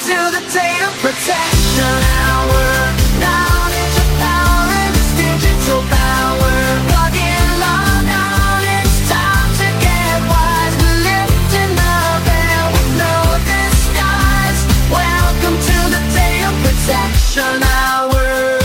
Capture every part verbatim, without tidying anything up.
to the data protection hour. Knowledge of power in this digital power. Plug in, log on, it's time to get wise. We're lifting the veil with no disguise. Welcome to the data protection hour.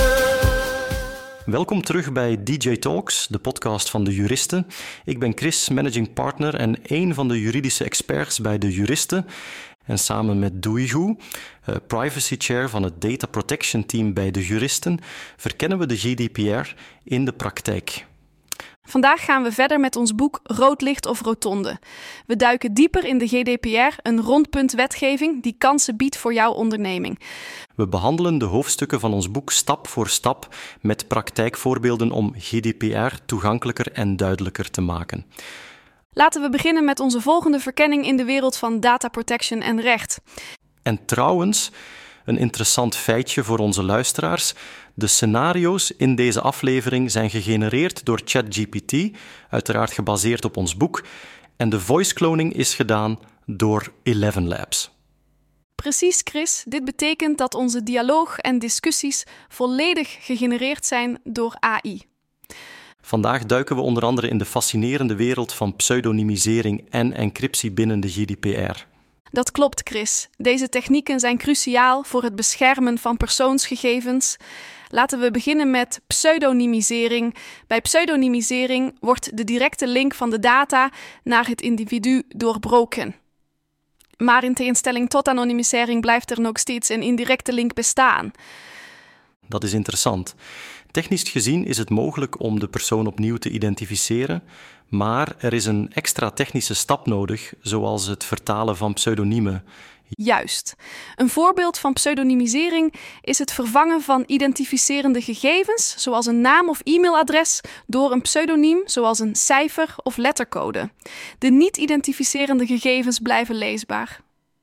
Welkom terug bij D J Talks, de podcast van De Juristen. Ik ben Chris, managing partner en één van de juridische experts bij De Juristen. En samen met Doeigoe, privacy chair van het data protection team bij De Juristen, verkennen we de G D P R in de praktijk. Vandaag gaan we verder met ons boek Rood licht of rotonde. We duiken dieper in de G D P R, een rondpunt wetgeving die kansen biedt voor jouw onderneming. We behandelen de hoofdstukken van ons boek stap voor stap met praktijkvoorbeelden om G D P R toegankelijker en duidelijker te maken. Laten we beginnen met onze volgende verkenning in de wereld van data protection en recht. En trouwens, een interessant feitje voor onze luisteraars. De scenario's in deze aflevering zijn gegenereerd door ChatGPT, uiteraard gebaseerd op ons boek. En de voice cloning is gedaan door Eleven Labs. Precies, Chris. Dit betekent dat onze dialoog en discussies volledig gegenereerd zijn door A I. Vandaag duiken we onder andere in de fascinerende wereld van pseudonymisering en encryptie binnen de G D P R. Dat klopt, Chris. Deze technieken zijn cruciaal voor het beschermen van persoonsgegevens. Laten we beginnen met pseudonymisering. Bij pseudonymisering wordt de directe link van de data naar het individu doorbroken. Maar in tegenstelling tot anonimisering blijft er nog steeds een indirecte link bestaan. Dat is interessant. Technisch gezien is het mogelijk om de persoon opnieuw te identificeren, maar er is een extra technische stap nodig, zoals het vertalen van pseudoniemen. Juist. Een voorbeeld van pseudonymisering is het vervangen van identificerende gegevens, zoals een naam of e-mailadres, door een pseudoniem, zoals een cijfer of lettercode. De niet-identificerende gegevens blijven leesbaar.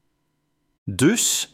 Dus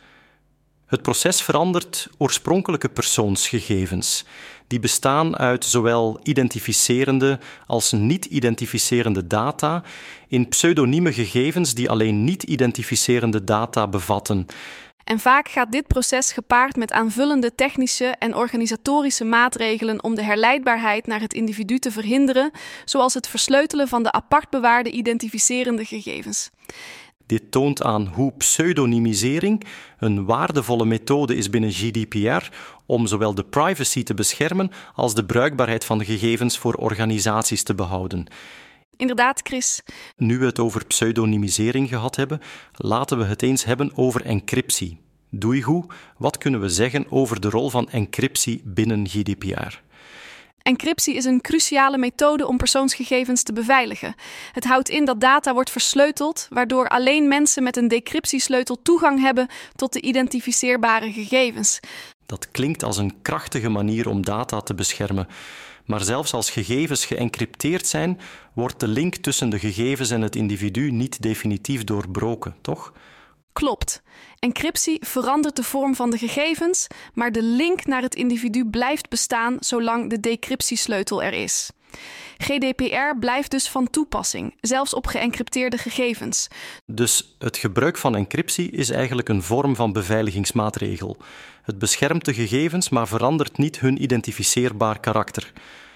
het proces verandert oorspronkelijke persoonsgegevens. Die bestaan uit zowel identificerende als niet-identificerende data in pseudonieme gegevens die alleen niet-identificerende data bevatten. En vaak gaat dit proces gepaard met aanvullende technische en organisatorische maatregelen om de herleidbaarheid naar het individu te verhinderen, zoals het versleutelen van de apart bewaarde identificerende gegevens. Dit toont aan hoe pseudonymisering een waardevolle methode is binnen G D P R om zowel de privacy te beschermen als de bruikbaarheid van de gegevens voor organisaties te behouden. Inderdaad, Chris. Nu we het over pseudonymisering gehad hebben, laten we het eens hebben over encryptie. Doeigoe, wat kunnen we zeggen over de rol van encryptie binnen G D P R? Encryptie is een cruciale methode om persoonsgegevens te beveiligen. Het houdt in dat data wordt versleuteld, waardoor alleen mensen met een decryptiesleutel toegang hebben tot de identificeerbare gegevens. Dat klinkt als een krachtige manier om data te beschermen. Maar zelfs als gegevens geëncrypteerd zijn, wordt de link tussen de gegevens en het individu niet definitief doorbroken, toch? Klopt. Encryptie verandert de vorm van de gegevens, maar de link naar het individu blijft bestaan zolang de decryptiesleutel er is. G D P R blijft dus van toepassing, zelfs op geëncrypteerde gegevens. Dus het gebruik van encryptie is eigenlijk een vorm van beveiligingsmaatregel. Het beschermt de gegevens, maar verandert niet hun identificeerbaar karakter.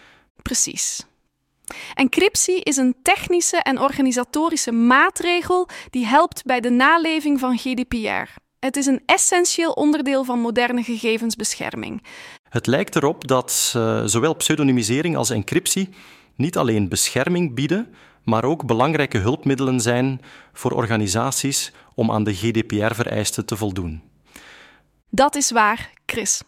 Precies. Encryptie is een technische en organisatorische maatregel die helpt bij de naleving van G D P R. Het is een essentieel onderdeel van moderne gegevensbescherming. Het lijkt erop dat uh, zowel pseudonymisering als encryptie niet alleen bescherming bieden, maar ook belangrijke hulpmiddelen zijn voor organisaties om aan de G D P R-vereisten te voldoen. Dat is waar, Chris.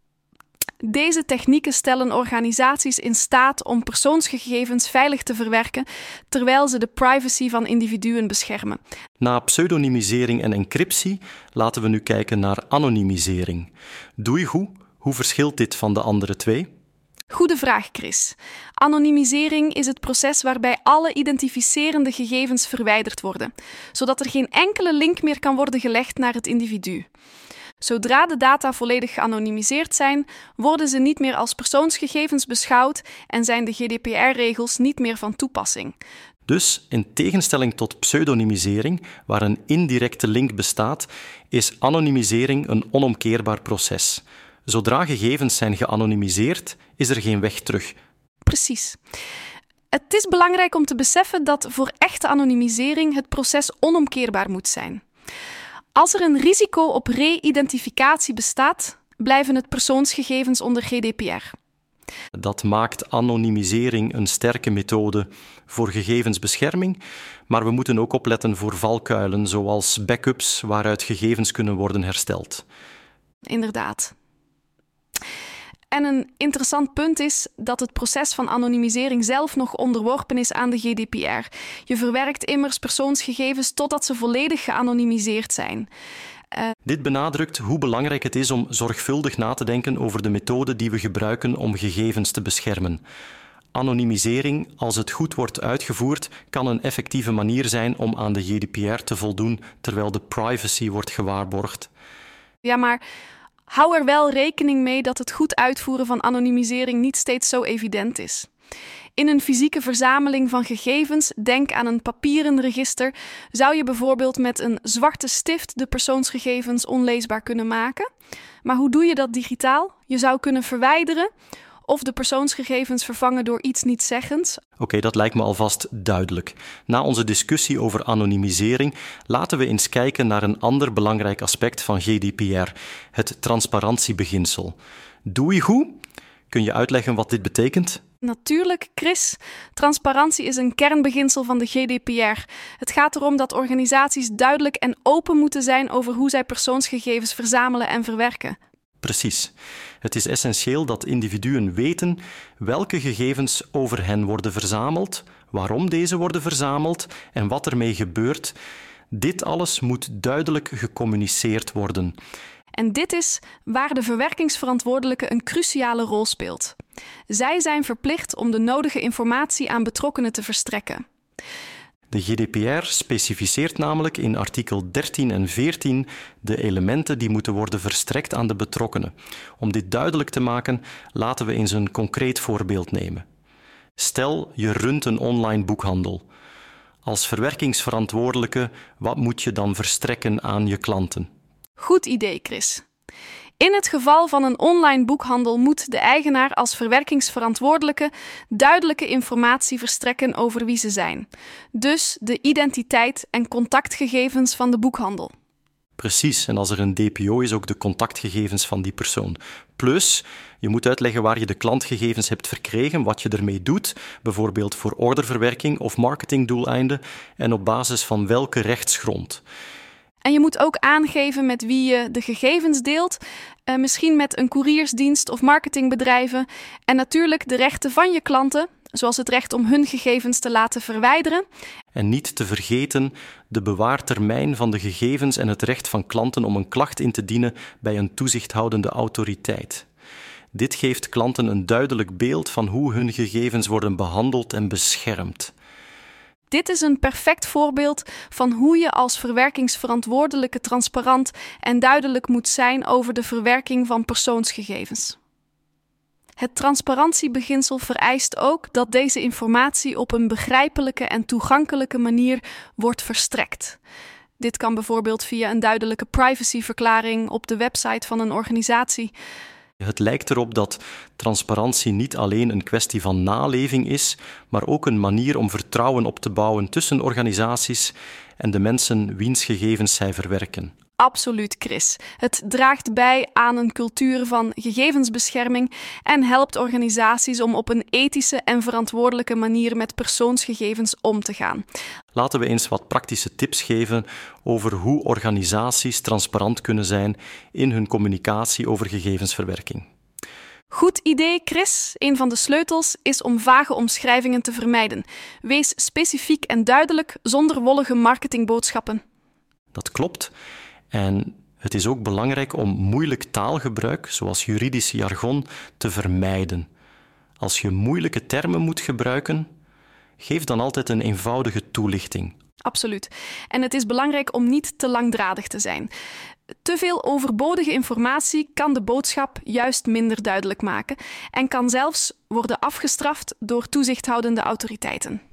Deze technieken stellen organisaties in staat om persoonsgegevens veilig te verwerken, terwijl ze de privacy van individuen beschermen. Na pseudonymisering en encryptie laten we nu kijken naar anonimisering. Doeigoe, hoe verschilt dit van de andere twee? Goede vraag, Chris. Anonimisering is het proces waarbij alle identificerende gegevens verwijderd worden, zodat er geen enkele link meer kan worden gelegd naar het individu. Zodra de data volledig geanonimiseerd zijn, worden ze niet meer als persoonsgegevens beschouwd en zijn de G D P R-regels niet meer van toepassing. Dus in tegenstelling tot pseudonymisering, waar een indirecte link bestaat, is anonimisering een onomkeerbaar proces. Zodra gegevens zijn geanonimiseerd, is er geen weg terug. Precies. Het is belangrijk om te beseffen dat voor echte anonimisering het proces onomkeerbaar moet zijn. Als er een risico op re-identificatie bestaat, blijven het persoonsgegevens onder G D P R. Dat maakt anonimisering een sterke methode voor gegevensbescherming, maar we moeten ook opletten voor valkuilen, zoals backups waaruit gegevens kunnen worden hersteld. Inderdaad. En een interessant punt is dat het proces van anonimisering zelf nog onderworpen is aan de G D P R. Je verwerkt immers persoonsgegevens totdat ze volledig geanonimiseerd zijn. Uh... Dit benadrukt hoe belangrijk het is om zorgvuldig na te denken over de methode die we gebruiken om gegevens te beschermen. Anonimisering, als het goed wordt uitgevoerd, kan een effectieve manier zijn om aan de G D P R te voldoen terwijl de privacy wordt gewaarborgd. Ja, maar hou er wel rekening mee dat het goed uitvoeren van anonimisering niet steeds zo evident is. In een fysieke verzameling van gegevens, denk aan een papieren register, zou je bijvoorbeeld met een zwarte stift de persoonsgegevens onleesbaar kunnen maken. Maar hoe doe je dat digitaal? Je zou kunnen verwijderen of de persoonsgegevens vervangen door iets nietszeggends. Oké, okay, dat lijkt me alvast duidelijk. Na onze discussie over anonimisering laten we eens kijken naar een ander belangrijk aspect van G D P R, het transparantiebeginsel. Doe je goed? Kun je uitleggen wat dit betekent? Natuurlijk, Chris. Transparantie is een kernbeginsel van de G D P R. Het gaat erom dat organisaties duidelijk en open moeten zijn over hoe zij persoonsgegevens verzamelen en verwerken. Precies. Het is essentieel dat individuen weten welke gegevens over hen worden verzameld, waarom deze worden verzameld en wat ermee gebeurt. Dit alles moet duidelijk gecommuniceerd worden. En dit is waar de verwerkingsverantwoordelijke een cruciale rol speelt. Zij zijn verplicht om de nodige informatie aan betrokkenen te verstrekken. De G D P R specificeert namelijk in artikel dertien en veertien de elementen die moeten worden verstrekt aan de betrokkenen. Om dit duidelijk te maken, laten we eens een concreet voorbeeld nemen. Stel, je runt een online boekhandel. Als verwerkingsverantwoordelijke, wat moet je dan verstrekken aan je klanten? Goed idee, Chris. In het geval van een online boekhandel moet de eigenaar als verwerkingsverantwoordelijke duidelijke informatie verstrekken over wie ze zijn. Dus de identiteit en contactgegevens van de boekhandel. Precies, en als er een D P O is, ook de contactgegevens van die persoon. Plus, je moet uitleggen waar je de klantgegevens hebt verkregen, wat je ermee doet, bijvoorbeeld voor orderverwerking of marketingdoeleinden, en op basis van welke rechtsgrond. En je moet ook aangeven met wie je de gegevens deelt, uh, misschien met een koeriersdienst of marketingbedrijven. En natuurlijk de rechten van je klanten, zoals het recht om hun gegevens te laten verwijderen. En niet te vergeten de bewaartermijn van de gegevens en het recht van klanten om een klacht in te dienen bij een toezichthoudende autoriteit. Dit geeft klanten een duidelijk beeld van hoe hun gegevens worden behandeld en beschermd. Dit is een perfect voorbeeld van hoe je als verwerkingsverantwoordelijke transparant en duidelijk moet zijn over de verwerking van persoonsgegevens. Het transparantiebeginsel vereist ook dat deze informatie op een begrijpelijke en toegankelijke manier wordt verstrekt. Dit kan bijvoorbeeld via een duidelijke privacyverklaring op de website van een organisatie. Het lijkt erop dat transparantie niet alleen een kwestie van naleving is, maar ook een manier om vertrouwen op te bouwen tussen organisaties en de mensen wiens gegevens zij verwerken. Absoluut, Chris. Het draagt bij aan een cultuur van gegevensbescherming en helpt organisaties om op een ethische en verantwoordelijke manier met persoonsgegevens om te gaan. Laten we eens wat praktische tips geven over hoe organisaties transparant kunnen zijn in hun communicatie over gegevensverwerking. Goed idee, Chris. Een van de sleutels is om vage omschrijvingen te vermijden. Wees specifiek en duidelijk zonder wollige marketingboodschappen. Dat klopt. En het is ook belangrijk om moeilijk taalgebruik, zoals juridisch jargon, te vermijden. Als je moeilijke termen moet gebruiken, geef dan altijd een eenvoudige toelichting. Absoluut. En het is belangrijk om niet te langdradig te zijn. Te veel overbodige informatie kan de boodschap juist minder duidelijk maken en kan zelfs worden afgestraft door toezichthoudende autoriteiten.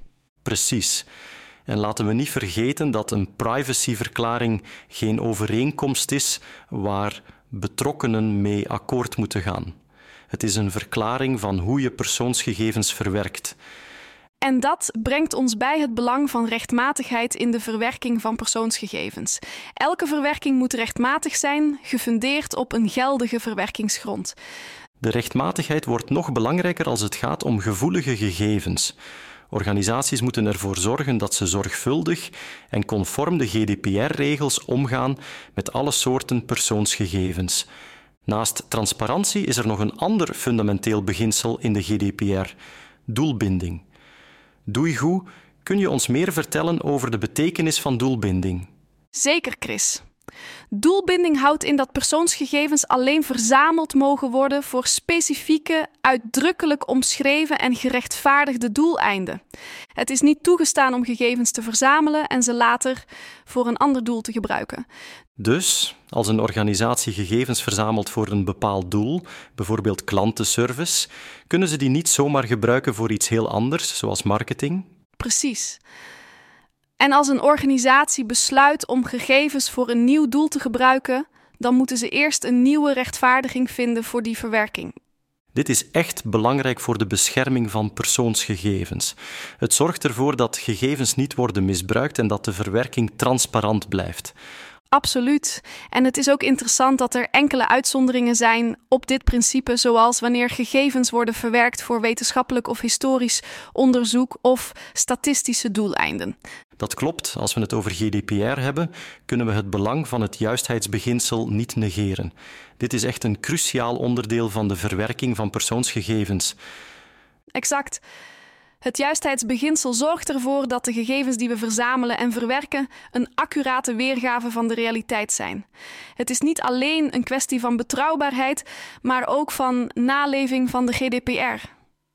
Precies. En laten we niet vergeten dat een privacyverklaring geen overeenkomst is waar betrokkenen mee akkoord moeten gaan. Het is een verklaring van hoe je persoonsgegevens verwerkt. En dat brengt ons bij het belang van rechtmatigheid in de verwerking van persoonsgegevens. Elke verwerking moet rechtmatig zijn, gefundeerd op een geldige verwerkingsgrond. De rechtmatigheid wordt nog belangrijker als het gaat om gevoelige gegevens. Organisaties moeten ervoor zorgen dat ze zorgvuldig en conform de G D P R-regels omgaan met alle soorten persoonsgegevens. Naast transparantie is er nog een ander fundamenteel beginsel in de G D P R: doelbinding. Doeigoe, kun je ons meer vertellen over de betekenis van doelbinding? Zeker, Chris. Doelbinding houdt in dat persoonsgegevens alleen verzameld mogen worden voor specifieke, uitdrukkelijk omschreven en gerechtvaardigde doeleinden. Het is niet toegestaan om gegevens te verzamelen en ze later voor een ander doel te gebruiken. Dus, als een organisatie gegevens verzamelt voor een bepaald doel, bijvoorbeeld klantenservice, kunnen ze die niet zomaar gebruiken voor iets heel anders, zoals marketing? Precies. En als een organisatie besluit om gegevens voor een nieuw doel te gebruiken, dan moeten ze eerst een nieuwe rechtvaardiging vinden voor die verwerking. Dit is echt belangrijk voor de bescherming van persoonsgegevens. Het zorgt ervoor dat gegevens niet worden misbruikt en dat de verwerking transparant blijft. Absoluut. En het is ook interessant dat er enkele uitzonderingen zijn op dit principe, zoals wanneer gegevens worden verwerkt voor wetenschappelijk of historisch onderzoek of statistische doeleinden. Dat klopt. Als we het over G D P R hebben, kunnen we het belang van het juistheidsbeginsel niet negeren. Dit is echt een cruciaal onderdeel van de verwerking van persoonsgegevens. Exact. Het juistheidsbeginsel zorgt ervoor dat de gegevens die we verzamelen en verwerken een accurate weergave van de realiteit zijn. Het is niet alleen een kwestie van betrouwbaarheid, maar ook van naleving van de G D P R.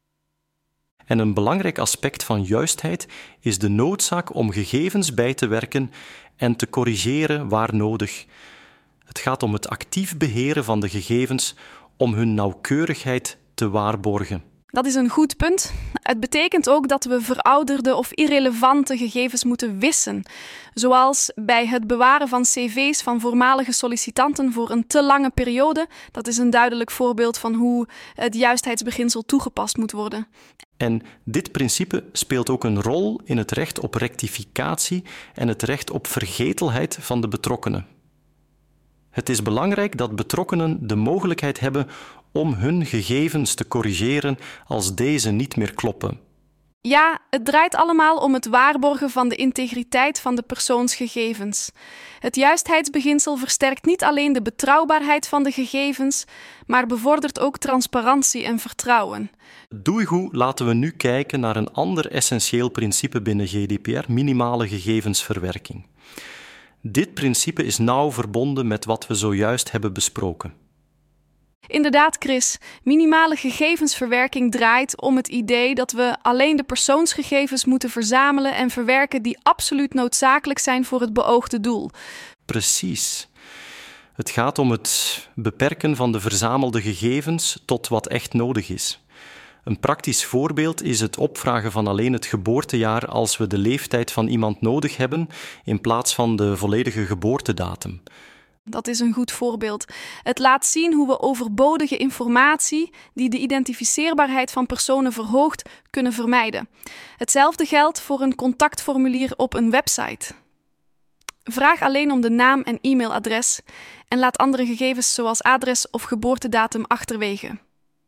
En een belangrijk aspect van juistheid is de noodzaak om gegevens bij te werken en te corrigeren waar nodig. Het gaat om het actief beheren van de gegevens om hun nauwkeurigheid te waarborgen. Dat is een goed punt. Het betekent ook dat we verouderde of irrelevante gegevens moeten wissen. Zoals bij het bewaren van cv's van voormalige sollicitanten voor een te lange periode. Dat is een duidelijk voorbeeld van hoe het juistheidsbeginsel toegepast moet worden. En dit principe speelt ook een rol in het recht op rectificatie en het recht op vergetelheid van de betrokkenen. Het is belangrijk dat betrokkenen de mogelijkheid hebben om hun gegevens te corrigeren als deze niet meer kloppen. Ja, het draait allemaal om het waarborgen van de integriteit van de persoonsgegevens. Het juistheidsbeginsel versterkt niet alleen de betrouwbaarheid van de gegevens, maar bevordert ook transparantie en vertrouwen. Doeigoe, laten we nu kijken naar een ander essentieel principe binnen G D P R, minimale gegevensverwerking. Dit principe is nauw verbonden met wat we zojuist hebben besproken. Inderdaad, Chris. Minimale gegevensverwerking draait om het idee dat we alleen de persoonsgegevens moeten verzamelen en verwerken die absoluut noodzakelijk zijn voor het beoogde doel. Precies. Het gaat om het beperken van de verzamelde gegevens tot wat echt nodig is. Een praktisch voorbeeld is het opvragen van alleen het geboortejaar als we de leeftijd van iemand nodig hebben in plaats van de volledige geboortedatum. Dat is een goed voorbeeld. Het laat zien hoe we overbodige informatie die de identificeerbaarheid van personen verhoogt, kunnen vermijden. Hetzelfde geldt voor een contactformulier op een website. Vraag alleen om de naam en e-mailadres en laat andere gegevens zoals adres of geboortedatum achterwege.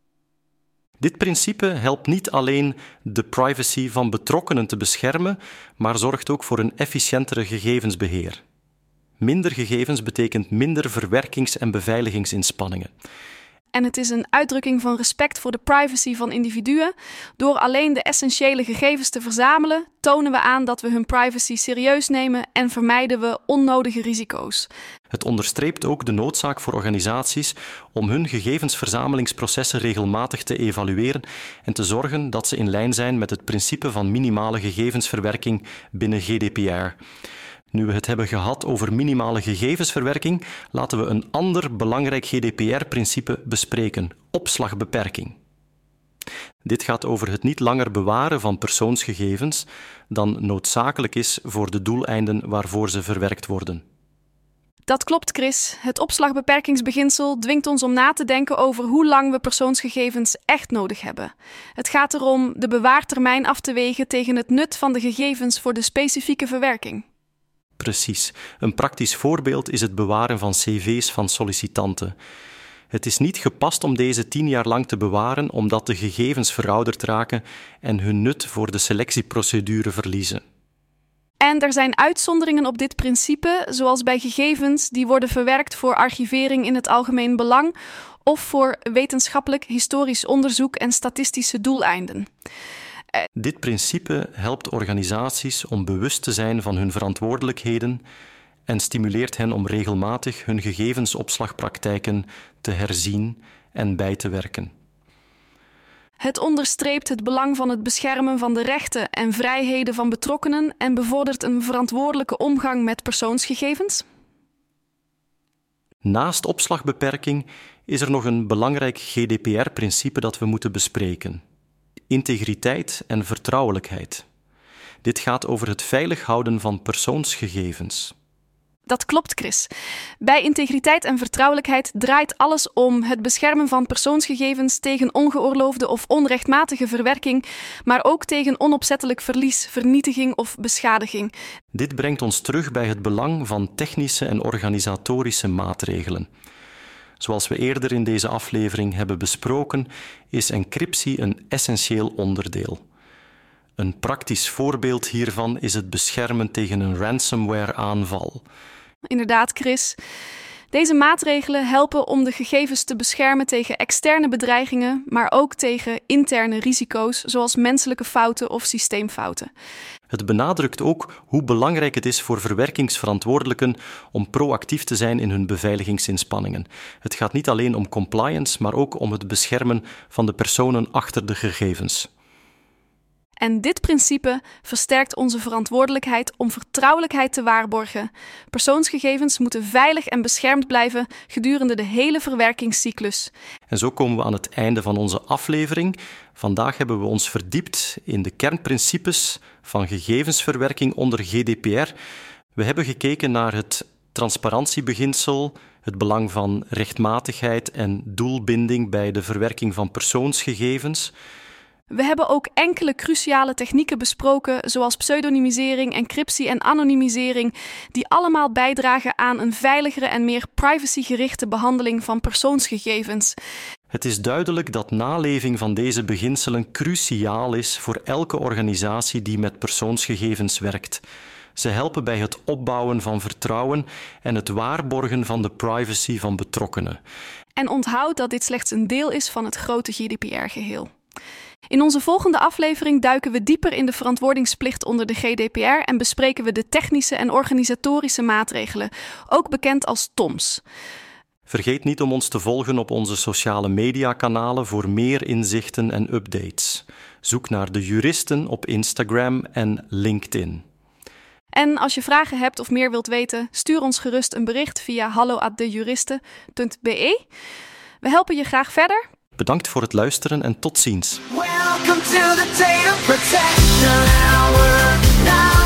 Dit principe helpt niet alleen de privacy van betrokkenen te beschermen, maar zorgt ook voor een efficiëntere gegevensbeheer. Minder gegevens betekent minder verwerkings- en beveiligingsinspanningen. En het is een uitdrukking van respect voor de privacy van individuen. Door alleen de essentiële gegevens te verzamelen, tonen we aan dat we hun privacy serieus nemen en vermijden we onnodige risico's. Het onderstreept ook de noodzaak voor organisaties om hun gegevensverzamelingsprocessen regelmatig te evalueren en te zorgen dat ze in lijn zijn met het principe van minimale gegevensverwerking binnen G D P R. Nu we het hebben gehad over minimale gegevensverwerking, laten we een ander belangrijk G D P R-principe bespreken: opslagbeperking. Dit gaat over het niet langer bewaren van persoonsgegevens dan noodzakelijk is voor de doeleinden waarvoor ze verwerkt worden. Dat klopt, Chris. Het opslagbeperkingsbeginsel dwingt ons om na te denken over hoe lang we persoonsgegevens echt nodig hebben. Het gaat erom de bewaartermijn af te wegen tegen het nut van de gegevens voor de specifieke verwerking. Precies. Een praktisch voorbeeld is het bewaren van cv's van sollicitanten. Het is niet gepast om deze tien jaar lang te bewaren omdat de gegevens verouderd raken en hun nut voor de selectieprocedure verliezen. En er zijn uitzonderingen op dit principe, zoals bij gegevens die worden verwerkt voor archivering in het algemeen belang of voor wetenschappelijk, historisch onderzoek en statistische doeleinden. Dit principe helpt organisaties om bewust te zijn van hun verantwoordelijkheden en stimuleert hen om regelmatig hun gegevensopslagpraktijken te herzien en bij te werken. Het onderstreept het belang van het beschermen van de rechten en vrijheden van betrokkenen en bevordert een verantwoordelijke omgang met persoonsgegevens. Naast opslagbeperking is er nog een belangrijk G D P R-principe dat we moeten bespreken: integriteit en vertrouwelijkheid. Dit gaat over het veilig houden van persoonsgegevens. Dat klopt, Chris. Bij integriteit en vertrouwelijkheid draait alles om het beschermen van persoonsgegevens tegen ongeoorloofde of onrechtmatige verwerking, maar ook tegen onopzettelijk verlies, vernietiging of beschadiging. Dit brengt ons terug bij het belang van technische en organisatorische maatregelen. Zoals we eerder in deze aflevering hebben besproken, is encryptie een essentieel onderdeel. Een praktisch voorbeeld hiervan is het beschermen tegen een ransomware-aanval. Inderdaad, Chris. Deze maatregelen helpen om de gegevens te beschermen tegen externe bedreigingen, maar ook tegen interne risico's, zoals menselijke fouten of systeemfouten. Het benadrukt ook hoe belangrijk het is voor verwerkingsverantwoordelijken om proactief te zijn in hun beveiligingsinspanningen. Het gaat niet alleen om compliance, maar ook om het beschermen van de personen achter de gegevens. En dit principe versterkt onze verantwoordelijkheid om vertrouwelijkheid te waarborgen. Persoonsgegevens moeten veilig en beschermd blijven gedurende de hele verwerkingscyclus. En zo komen we aan het einde van onze aflevering. Vandaag hebben we ons verdiept in de kernprincipes van gegevensverwerking onder G D P R. We hebben gekeken naar het transparantiebeginsel, het belang van rechtmatigheid en doelbinding bij de verwerking van persoonsgegevens. We hebben ook enkele cruciale technieken besproken, zoals pseudonymisering, encryptie en anonimisering, die allemaal bijdragen aan een veiligere en meer privacygerichte behandeling van persoonsgegevens. Het is duidelijk dat naleving van deze beginselen cruciaal is voor elke organisatie die met persoonsgegevens werkt. Ze helpen bij het opbouwen van vertrouwen en het waarborgen van de privacy van betrokkenen. En onthoud dat dit slechts een deel is van het grote G D P R-geheel. In onze volgende aflevering duiken we dieper in de verantwoordingsplicht onder de G D P R en bespreken we de technische en organisatorische maatregelen, ook bekend als T O M's. Vergeet niet om ons te volgen op onze sociale mediakanalen voor meer inzichten en updates. Zoek naar de Juristen op Instagram en LinkedIn. En als je vragen hebt of meer wilt weten, stuur ons gerust een bericht via hallo at de juristen punt b e. We helpen je graag verder. Bedankt voor het luisteren en tot ziens. Welcome to the data protection hour. Now